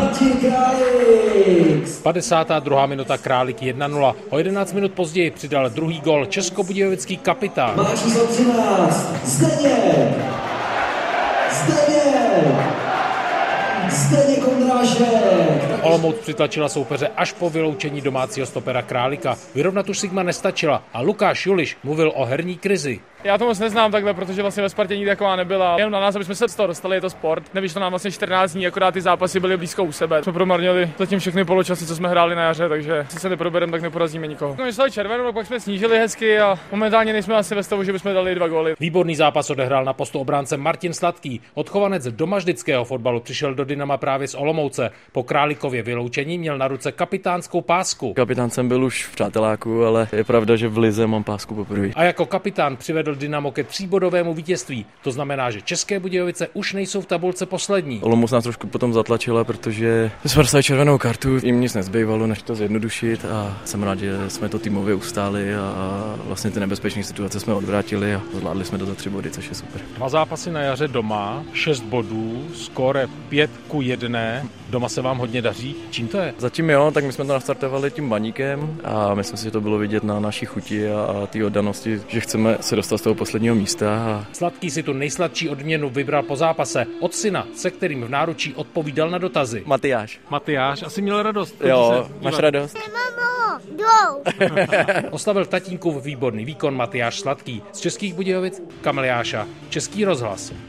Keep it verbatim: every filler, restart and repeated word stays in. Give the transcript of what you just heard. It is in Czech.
Martin Králík. padesátá druhá minuta, Králík jedna nula. O jedenáct minut později přidal druhý gol českobudějovický kapitán. Má číslo třináct, Zdeněk. Zdeněk. Zdeněk Ondrášek. Olomouc přitlačila soupeře až po vyloučení domácího stopera Králíka. Vyrovnat už Sigma nestačila a Lukáš Juliš mluvil o herní krizi. Já to moc neznám takhle, protože vlastně ve Spartě nikdy taková nebyla. Jenom na nás, aby jsme se z toho dostali, je to sport. Nevyšlo nám vlastně čtrnáct dní, akorát ty zápasy byly blízko u sebe. Jsme promarnili zatím všechny poločasy, co jsme hráli na jaře, takže si se neprobereme, tak neporazíme nikoho. No, my jsme červenou, pak jsme snížili hezky a momentálně nejsme asi ve stavu, že bychom dali dva góly. Výborný zápas odehrál na postu obránce Martin Sladký. Odchovanec domaždického fotbalu přišel do Dynama právě z Olomouce. Po Králíkově vyloučení měl na ruce kapitánskou pásku. Kapitán jsem byl už v přáteláku, ale je pravda, že v lize mám pásku poprvé. A jako kapitán přivedl Dynamo ke tříbodovému vítězství. To znamená, že České Budějovice už nejsou v tabulce poslední. Olomouc nás trošku potom zatlačila, protože jsme dostali červenou kartu, jim nic nezbývalo, než to zjednodušit a jsem rád, že jsme to týmově ustáli a vlastně ty nebezpečné situace jsme odvrátili a zvládli jsme to za tři body, což je super. Dva zápasy na jaře doma, šest bodů, skóre pět ku jedné. Doma se vám hodně daří. Čím to je? Zatím jo, tak my jsme to nastartovali tím baníkem a myslím si, že to bylo vidět na naší chuti a, a té oddanosti, že chceme se dostat z toho posledního místa. A... Sladký si tu nejsladší odměnu vybral po zápase od syna, se kterým v náručí odpovídal na dotazy. Matyáš. Matyáš, asi měl radost. Jo, máš radost? Mamo, jdou. Oslavil tatínkův výborný výkon Matyáš Sladký. Z Českých Budějovic Kamil Jáša, Český rozhlas.